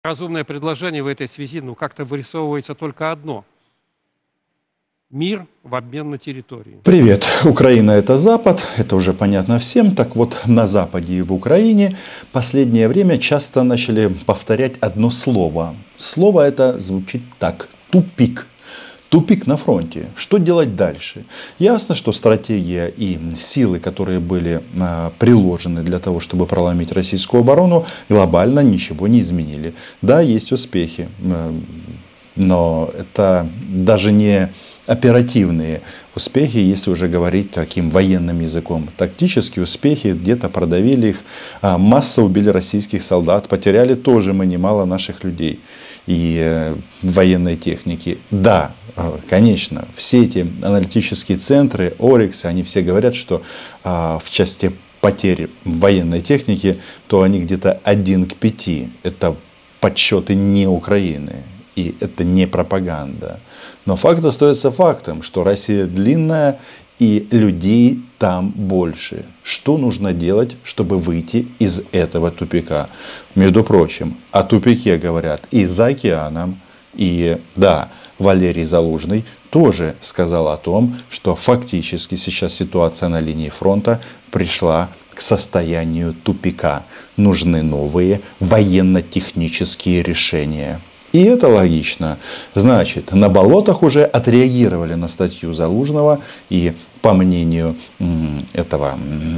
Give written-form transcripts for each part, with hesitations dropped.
Разумное предложение в этой связи, как-то вырисовывается только одно. Мир в обмен на территории. Привет. Украина – это Запад, это уже понятно всем. Так вот, на Западе и в Украине последнее время часто начали повторять одно слово. Слово это звучит так – тупик. Тупик на фронте. Что делать дальше? Ясно, что стратегия и силы, которые были приложены для того, чтобы проломить российскую оборону, глобально ничего не изменили. Да, есть успехи, но это даже не оперативные успехи, если уже говорить таким военным языком. Тактические успехи, где-то продавили их, масса убили российских солдат, потеряли тоже мы немало наших людей и военной техники. Да, конечно, все эти аналитические центры, Ориксы, они все говорят, что в части потерь военной техники, то они где-то 1 к 5. Это подсчеты не Украины. И это не пропаганда. Но факт остается фактом, что Россия длинная и людей там больше. Что нужно делать, чтобы выйти из этого тупика? Между прочим, о тупике говорят и за океаном. И да, Валерий Залужный тоже сказал о том, что фактически сейчас ситуация на линии фронта пришла к состоянию тупика. Нужны новые военно-технические решения. И это логично. Значит, на болотах уже отреагировали на статью Залужного. И по мнению этого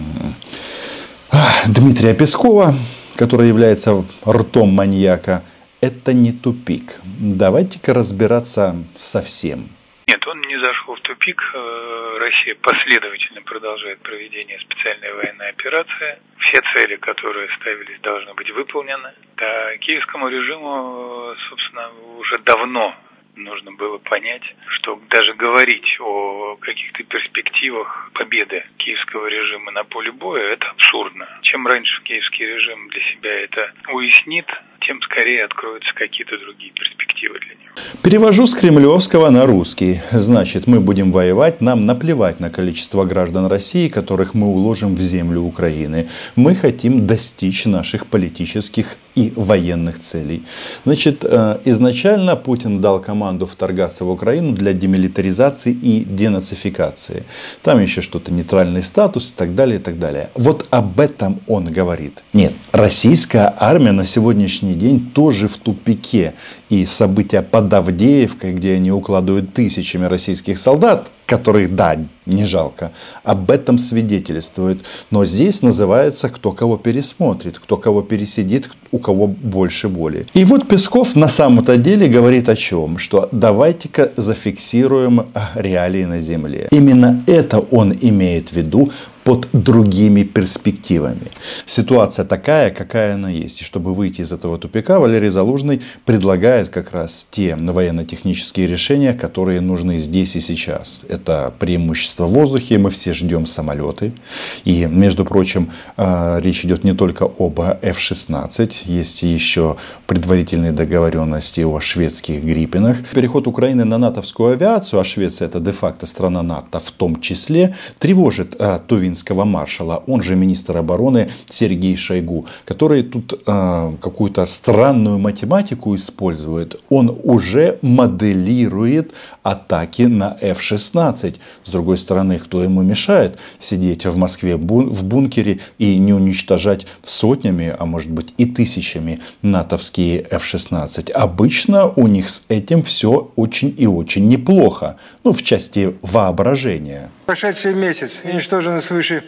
Дмитрия Пескова, который является ртом маньяка, это не тупик. Давайте-ка разбираться со всем. Нет, он не зашел в тупик. Россия последовательно продолжает проведение специальной военной операции. Все цели, которые ставились, должны быть выполнены. Да, киевскому режиму, собственно, уже давно нужно было понять, что даже говорить о каких-то перспективах победы киевского режима на поле боя – это абсурдно. Чем раньше киевский режим для себя это уяснит, тем скорее откроются какие-то другие перспективы для него. Перевожу с кремлевского на русский. Значит, мы будем воевать, нам наплевать на количество граждан России, которых мы уложим в землю Украины. Мы хотим достичь наших политических и военных целей. Значит, изначально Путин дал команду вторгаться в Украину для демилитаризации и денацификации. Там еще что-то, нейтральный статус и так далее, и так далее. Вот об этом он говорит. Нет, российская армия на сегодняшний день тоже в тупике. И события под Авдеевкой, где они укладывают тысячами российских солдат, которых, да, не жалко, об этом свидетельствует. Но здесь называется, кто кого пересмотрит, кто кого пересидит, у кого больше воли. И вот Песков на самом-то деле говорит о чем? Что давайте-ка зафиксируем реалии на земле. Именно это он имеет в виду под другими перспективами. Ситуация такая, какая она есть. И чтобы выйти из этого тупика, Валерий Залужный предлагает как раз те военно-технические решения, которые нужны здесь и сейчас. Это преимущество в воздухе, мы все ждем самолеты. И, между прочим, речь идет не только об F-16, есть еще предварительные договоренности о шведских Гриппенах. Переход Украины на натовскую авиацию, а Швеция это де-факто страна НАТО в том числе, тревожит тувинского маршала, он же министр обороны Сергей Шойгу, который тут какую-то странную математику использует. Он уже моделирует атаки на F-16. С другой стороны, кто ему мешает сидеть в Москве в бункере и не уничтожать сотнями, а может быть и тысячами натовские F-16? Обычно у них с этим все очень и очень неплохо. Ну, в части воображения. Прошедший месяц уничтожено свыше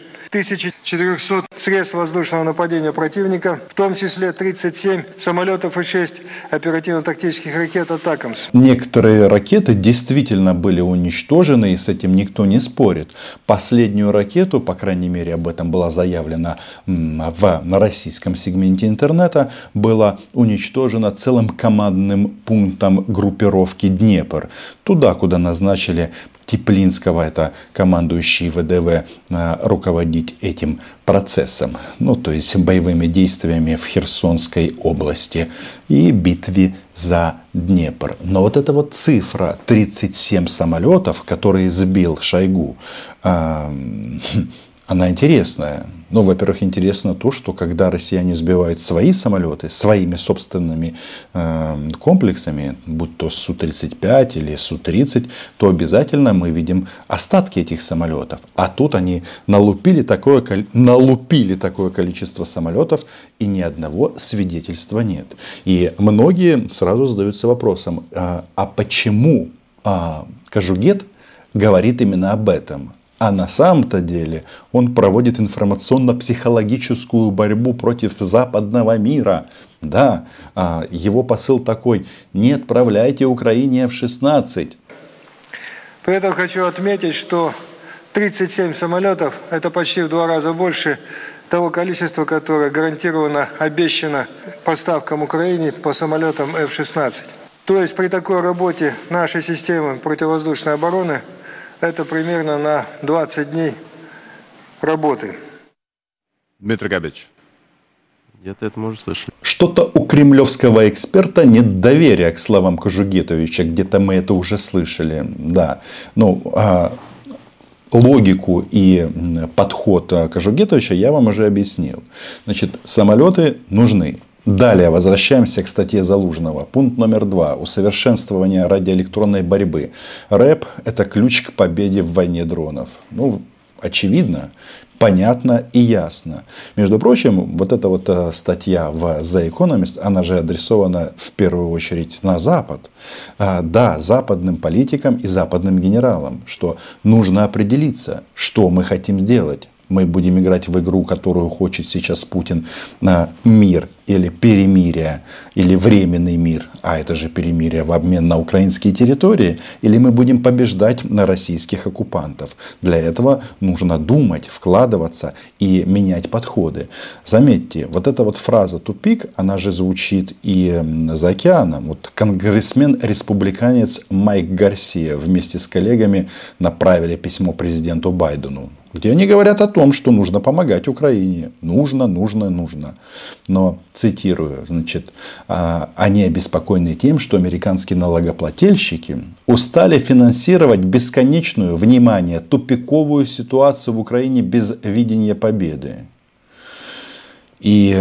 1400 средств воздушного нападения противника, в том числе 37 самолетов и 6 оперативно-тактических ракет «Атакамс». Некоторые ракеты действительно были уничтожены, и с этим никто не спорит. Последнюю ракету, по крайней мере, об этом было заявлено на российском сегменте интернета, была уничтожена целым командным пунктом группировки «Днепр». Туда, куда назначили Теплинского, это командующий ВДВ, руководить этим процессом. Ну, то есть боевыми действиями в Херсонской области и битве за Днепр. Но вот эта вот цифра 37 самолетов, которые сбил Шойгу, она интересная. Ну, во-первых, интересно то, что когда россияне сбивают свои самолеты своими собственными комплексами, будь то Су-35 или Су-30, то обязательно мы видим остатки этих самолетов. А тут они налупили такое количество самолетов, и ни одного свидетельства нет. И многие сразу задаются вопросом, а почему Кожугет говорит именно об этом? А на самом-то деле он проводит информационно-психологическую борьбу против западного мира. Да, его посыл такой: не отправляйте Украине F-16. При этом хочу отметить, что 37 самолетов – это почти в 2 раза больше того количества, которое гарантированно обещано поставкам Украине по самолетам F-16. То есть при такой работе нашей системы противовоздушной обороны это примерно на 20 дней работы. Дмитрий Габич. Где-то это мы уже слышали. Что-то у кремлевского эксперта нет доверия к словам Кожугетовича. Где-то мы это уже слышали. Да. Логику и подход Кожугетовича я вам уже объяснил. Значит, самолеты нужны. Далее возвращаемся к статье Залужного. Пункт номер 2. Усовершенствование радиоэлектронной борьбы. РЭП – это ключ к победе в войне дронов. Очевидно, понятно и ясно. Между прочим, вот эта вот статья в The Economist, она же адресована в первую очередь на Запад. Да, западным политикам и западным генералам, что нужно определиться, что мы хотим сделать. Мы будем играть в игру, которую хочет сейчас Путин, на мир или перемирие, или временный мир, а это же перемирие в обмен на украинские территории, или мы будем побеждать на российских оккупантов. Для этого нужно думать, вкладываться и менять подходы. Заметьте, вот эта вот фраза «тупик», она же звучит и за океаном. Вот конгрессмен-республиканец Майк Гарсия вместе с коллегами направили письмо президенту Байдену, где они говорят о том, что нужно помогать Украине. Нужно. Но, цитирую, значит, они обеспокоены тем, что американские налогоплательщики устали финансировать бесконечную, внимание, тупиковую ситуацию в Украине без видения победы. И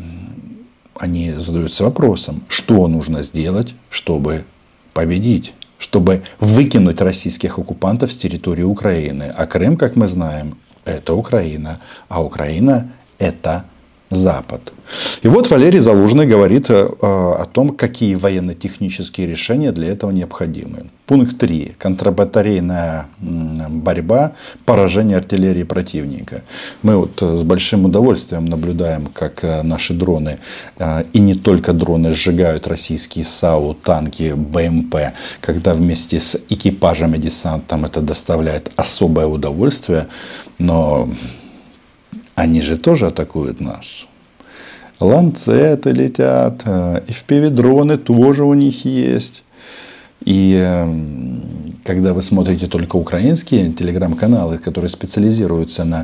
они задаются вопросом, что нужно сделать, чтобы победить. Чтобы выкинуть российских оккупантов с территории Украины. А Крым, как мы знаем, это Украина. А Украина – это Запад. И вот Валерий Залужный говорит о том, какие военно-технические решения для этого необходимы. Пункт 3. Контрбатарейная борьба, поражение артиллерии противника. Мы вот с большим удовольствием наблюдаем, как наши дроны, и не только дроны, сжигают российские САУ, танки, БМП. Когда вместе с экипажем и десантом это доставляет особое удовольствие. Но они же тоже атакуют нас. Ланцеты летят, FPV-дроны тоже у них есть. И когда вы смотрите только украинские телеграм-каналы, которые специализируются на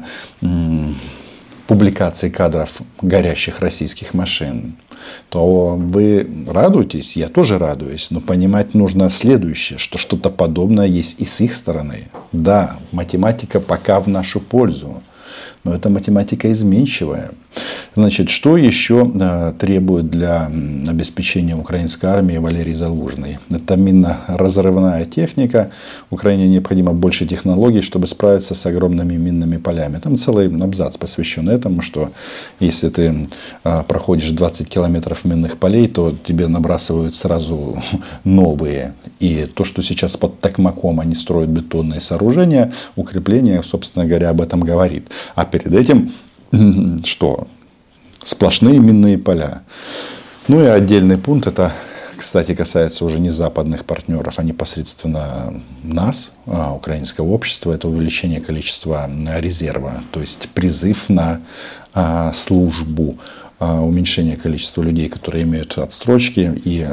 публикации кадров горящих российских машин, то вы радуетесь, я тоже радуюсь, но понимать нужно следующее, что что-то подобное есть и с их стороны. Да, математика пока в нашу пользу. Но эта математика изменчивая. Значит, что еще требует для обеспечения украинской армии Валерий Залужный? Это минно-разрывная техника. Украине необходимо больше технологий, чтобы справиться с огромными минными полями. Там целый абзац посвящен этому, что если ты проходишь 20 километров минных полей, то тебе набрасывают сразу новые. И то, что сейчас под Токмаком они строят бетонные сооружения, укрепления, собственно говоря, об этом говорит. А перед этим что? Сплошные минные поля. Ну и отдельный пункт, это, кстати, касается уже не западных партнеров, а непосредственно нас, украинского общества, это увеличение количества резерва, то есть призыв на службу, уменьшение количества людей, которые имеют отстрочки и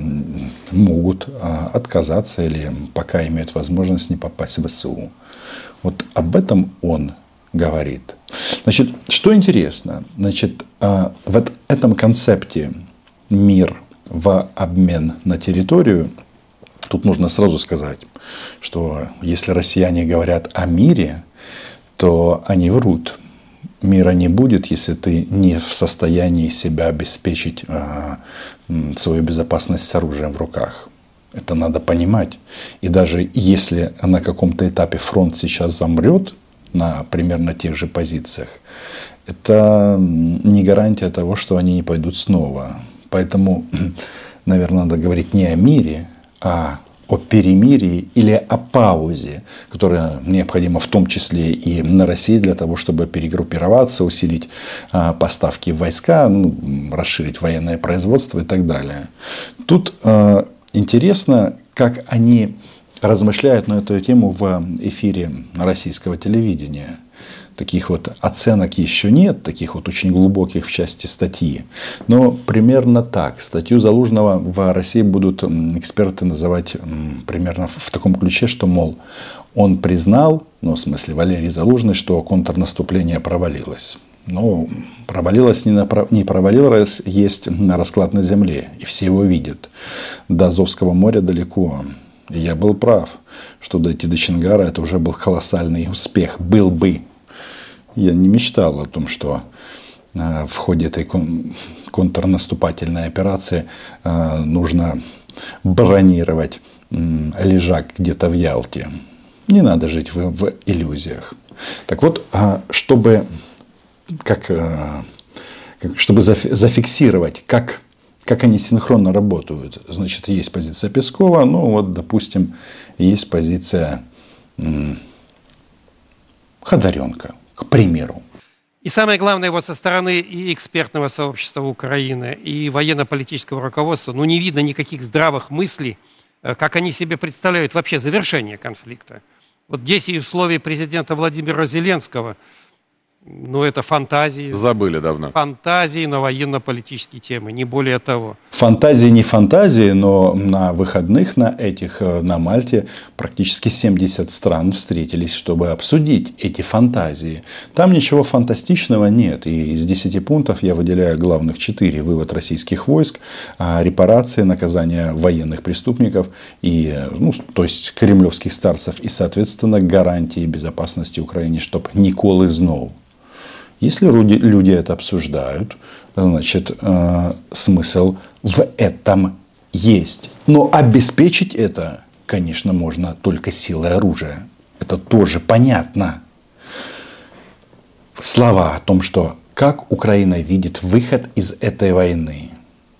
могут отказаться или пока имеют возможность не попасть в ВСУ. Вот об этом он говорит. Значит, что интересно, значит, в этом концепте мир в обмен на территорию, тут нужно сразу сказать, что если россияне говорят о мире, то они врут. Мира не будет, если ты не в состоянии себя обеспечить свою безопасность с оружием в руках. Это надо понимать. И даже если на каком-то этапе фронт сейчас замрет на примерно тех же позициях, это не гарантия того, что они не пойдут снова. Поэтому, наверное, надо говорить не о мире, а о перемирии или о паузе, которая необходима в том числе и на России для того, чтобы перегруппироваться, усилить поставки в войска, расширить военное производство и так далее. Тут интересно, как они размышляют на эту тему в эфире российского телевидения. Таких вот оценок еще нет, таких вот очень глубоких в части статьи. Но примерно так. Статью Залужного в России будут эксперты называть примерно в таком ключе, что, мол, он признал, в смысле Валерий Залужный, что контрнаступление провалилось. Но провалилось, не провалилось, есть расклад на земле. И все его видят. До Азовского моря далеко. И я был прав, что дойти до Чонгара это уже был колоссальный успех. Был бы. Я не мечтал о том, что в ходе этой контрнаступательной операции нужно бронировать лежак где-то в Ялте. Не надо жить в иллюзиях. Так вот, чтобы зафиксировать, как они синхронно работают, значит, есть позиция Пескова, допустим, есть позиция Ходоренко. К примеру. И самое главное, вот со стороны и экспертного сообщества Украины, и военно-политического руководства, не видно никаких здравых мыслей, как они себе представляют вообще завершение конфликта. Вот 10 условий президента Владимира Зеленского, это фантазии. Забыли давно. Фантазии на военно-политические темы, не более того. Фантазии не фантазии, но на выходных на Мальте практически 70 стран встретились, чтобы обсудить эти фантазии. Там ничего фантастичного нет. И из 10 пунктов я выделяю главных 4. Вывод российских войск, репарации, наказание военных преступников, то есть кремлевских старцев, и, соответственно, гарантии безопасности Украине, чтобы ніколи знов. Если люди это обсуждают, значит, смысл в этом есть. Но обеспечить это, конечно, можно только силой оружия. Это тоже понятно. Слова о том, что как Украина видит выход из этой войны.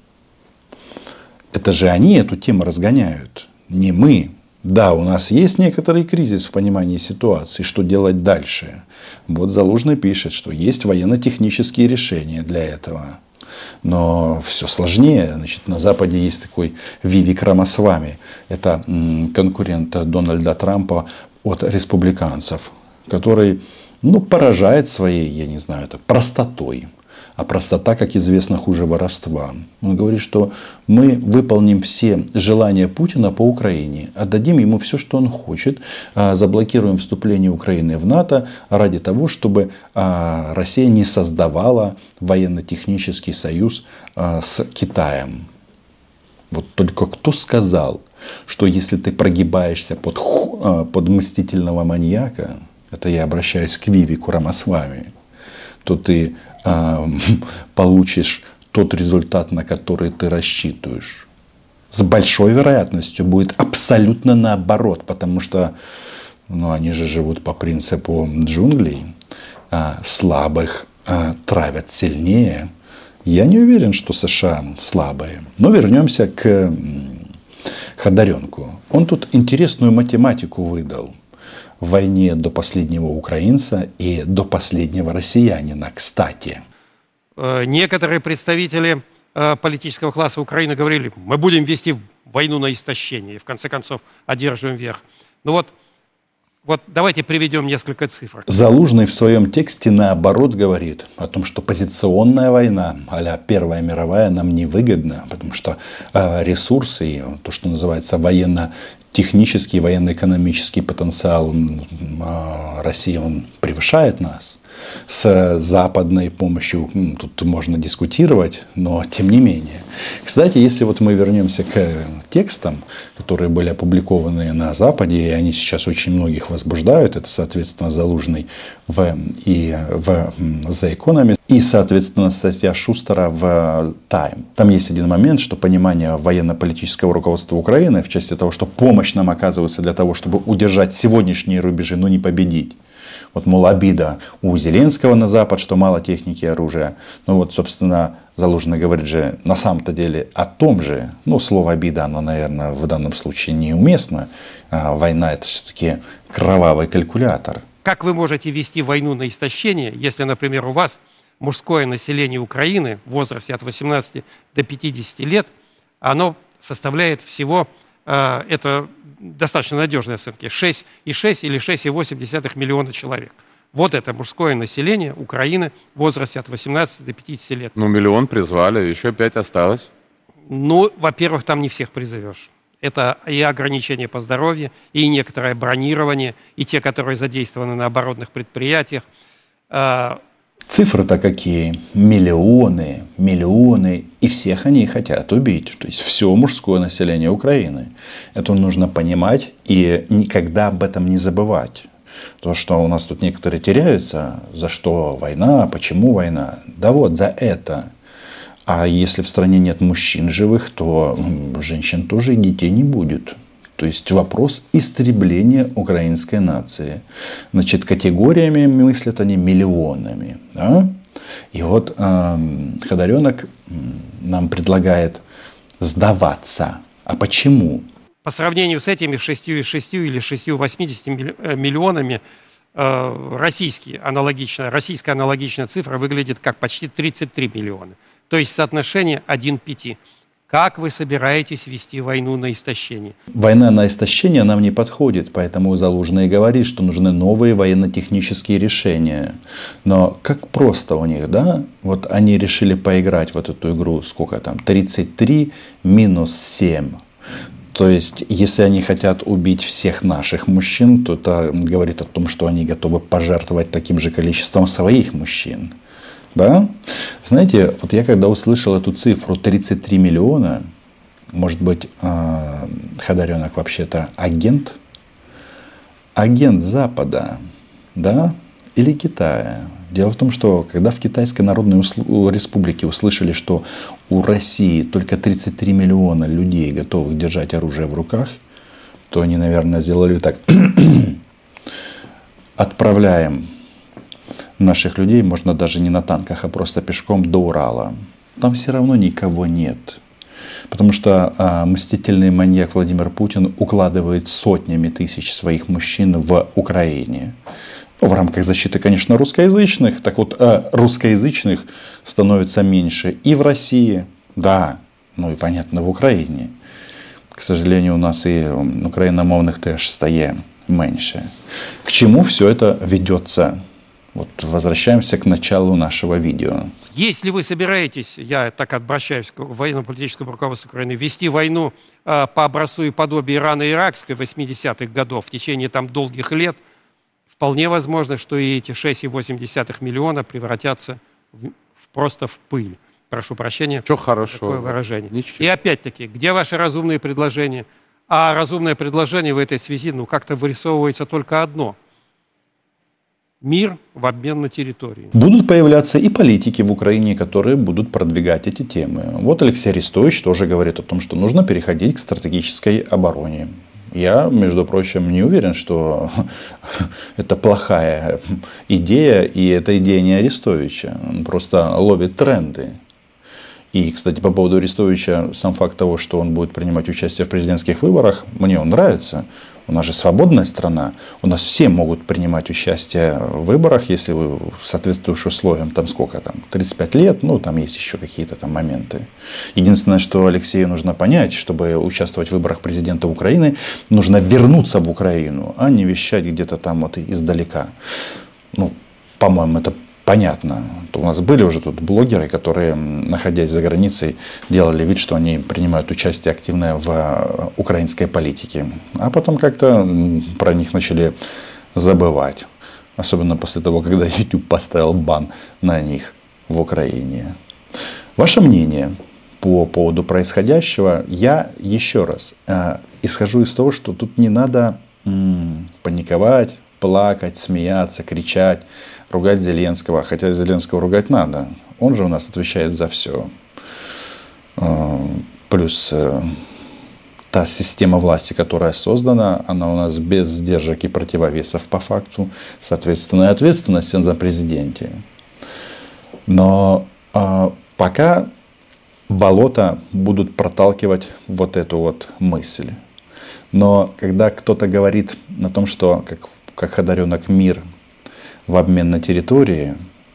Это же они эту тему разгоняют, не мы. Да, у нас есть некоторый кризис в понимании ситуации, что делать дальше. Вот Залужный пишет, что есть военно-технические решения для этого. Но все сложнее. Значит, на Западе есть такой Вивек Рамасвами. Это конкурент Дональда Трампа от республиканцев, который поражает своей, простотой. А простота, как известно, хуже воровства. Он говорит, что мы выполним все желания Путина по Украине, отдадим ему все, что он хочет, заблокируем вступление Украины в НАТО ради того, чтобы Россия не создавала военно-технический союз с Китаем. Вот только кто сказал, что если ты прогибаешься под мстительного маньяка, это я обращаюсь к Вивеку Рамасвами, то ты получишь тот результат, на который ты рассчитываешь. С большой вероятностью будет абсолютно наоборот, потому что они же живут по принципу джунглей. Слабых травят сильнее. Я не уверен, что США слабые. Но вернемся к Ходоренку. Он тут интересную математику выдал. В войне до последнего украинца и до последнего россиянина, кстати. Некоторые представители политического класса Украины говорили, мы будем вести войну на истощение и в конце концов одержим верх. Вот давайте приведем несколько цифр. Залужный в своем тексте наоборот говорит о том, что позиционная война, а-ля Первая мировая, нам невыгодна, потому что ресурсы и то, что называется военно-технический, военно-экономический потенциал России, он превышает нас. С западной помощью тут можно дискутировать, но тем не менее. Кстати, если мы вернемся к текстам, которые были опубликованы на Западе, и они сейчас очень многих возбуждают. Это, соответственно, Залужный в The Economist и, соответственно, статья Шустера в Time. Там есть один момент, что понимание военно-политического руководства Украины в части того, что помощь нам оказывается для того, чтобы удержать сегодняшние рубежи, но не победить. Вот, мол, обида у Зеленского на Запад, что мало техники и оружия. Ну вот, собственно, Залужный говорит же на самом-то деле о том же. Ну, слово обида, оно, наверное, в данном случае неуместно. Война — это все-таки кровавый калькулятор. Как вы можете вести войну на истощение, если, например, у вас мужское население Украины в возрасте от 18 до 50 лет, оно составляет всего, это достаточно надежные оценки, 6,6 или 6,8 миллиона человек. Вот это мужское население Украины в возрасте от 18 до 50 лет. Ну, миллион призвали, еще 5 осталось. Ну, во-первых, там не всех призовешь. Это и ограничения по здоровью, и некоторое бронирование, и те, которые задействованы на оборонных предприятиях. Цифры-то какие? Миллионы, миллионы. И всех они хотят убить. То есть все мужское население Украины. Это нужно понимать и никогда об этом не забывать. То, что у нас тут некоторые теряются. За что война? Почему война? Да вот за это. А если в стране нет мужчин живых, то женщин тоже и детей не будет. То есть вопрос истребления украинской нации. Значит, категориями мыслят они миллионами. Да? И вот Ходоренок нам предлагает сдаваться. А почему? По сравнению с этими 6,6 или 6,80 миллионами, российская аналогичная цифра выглядит как почти 33 миллиона. То есть соотношение 1 к 5. Как вы собираетесь вести войну на истощение? Война на истощение нам не подходит, поэтому Залужный и говорит, что нужны новые военно-технические решения. Но как просто у них, да? Вот они решили поиграть в эту игру, сколько там, 33 минус 7. То есть, если они хотят убить всех наших мужчин, то это говорит о том, что они готовы пожертвовать таким же количеством своих мужчин. Да? Знаете, вот я когда услышал эту цифру 33 миллиона, может быть, Ходоренок вообще-то агент Запада, да, или Китая. Дело в том, что когда в Китайской Народной Республике услышали, что у России только 33 миллиона людей готовых держать оружие в руках, то они, наверное, сделали так. Отправляем наших людей, можно даже не на танках, а просто пешком до Урала. Там все равно никого нет. Потому что мстительный маньяк Владимир Путин укладывает сотнями тысяч своих мужчин в Украине. В рамках защиты, конечно, русскоязычных. Так вот, русскоязычных становится меньше и в России, да, ну и, понятно, в Украине. К сожалению, у нас и україномовних теж стає меньше. К чему все это ведется? Вот возвращаемся к началу нашего видео. Если вы собираетесь, я так обращаюсь к военно-политическому руководству Украины, вести войну по образцу и подобию Ирано-Иракской 80-х годов в течение там долгих лет, вполне возможно, что и эти 6,8 миллиона превратятся просто в пыль. Прошу прощения. Что хорошего? Такое выражение. Ничего. И опять-таки, где ваши разумные предложения? А разумное предложение в этой связи, как-то вырисовывается только одно. Мир в обмен на территорию. Будут появляться и политики в Украине, которые будут продвигать эти темы. Вот Алексей Арестович тоже говорит о том, что нужно переходить к стратегической обороне. Я, между прочим, не уверен, что это плохая идея, и эта идея не Арестовича. Он просто ловит тренды. И, кстати, по поводу Арестовича, сам факт того, что он будет принимать участие в президентских выборах, мне он нравится. У нас же свободная страна. У нас все могут принимать участие в выборах, если вы соответствуешь условиям, там сколько там, 35 лет, там есть еще какие-то там моменты. Единственное, что Алексею нужно понять, чтобы участвовать в выборах президента Украины, нужно вернуться в Украину, а не вещать где-то там вот издалека. По-моему, это понятно. У нас были уже тут блогеры, которые, находясь за границей, делали вид, что они принимают участие активное в украинской политике. А потом как-то про них начали забывать. Особенно после того, когда YouTube поставил бан на них в Украине. Ваше мнение по поводу происходящего, я еще раз исхожу из того, что тут не надо паниковать, плакать, смеяться, кричать, ругать Зеленского. Хотя Зеленского ругать надо. Он же у нас отвечает за все. Плюс та система власти, которая создана, она у нас без сдержек и противовесов по факту. Соответственно, и ответственность за президенте. Но пока болота будут проталкивать вот эту вот мысль. Но когда кто-то говорит о том, что как одаренок мир в обмен на территории,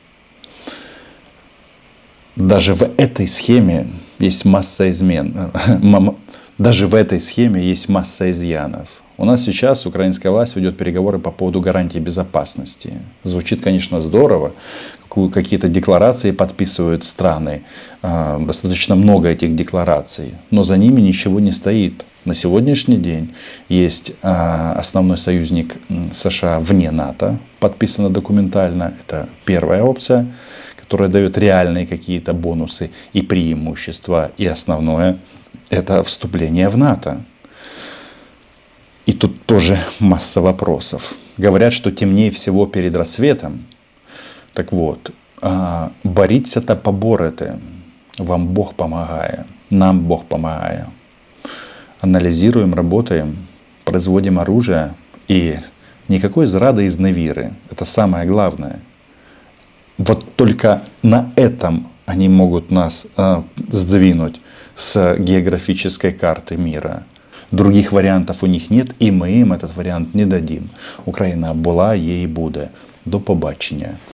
даже в этой схеме есть масса измен. Даже в этой схеме есть масса изъянов. У нас сейчас украинская власть ведет переговоры по поводу гарантии безопасности. Звучит, конечно, здорово. Какие-то декларации подписывают страны. Достаточно много этих деклараций. Но за ними ничего не стоит. На сегодняшний день есть основной союзник США вне НАТО. Подписано документально. Это первая опция, которая дает реальные какие-то бонусы и преимущества. И основное — это вступление в НАТО. И тут тоже масса вопросов. Говорят, что темнее всего перед рассветом. Так вот, боріться-то поборете. Вам Бог помогая, нам Бог помогая. Анализируем, работаем, производим оружие. И никакой зрады и изневиры. Это самое главное. Вот только на этом они могут нас сдвинуть с географической карты мира. Других варіантів у них нет, і ми їм этот варіант не дадим. Україна була, є і буде. До побачення.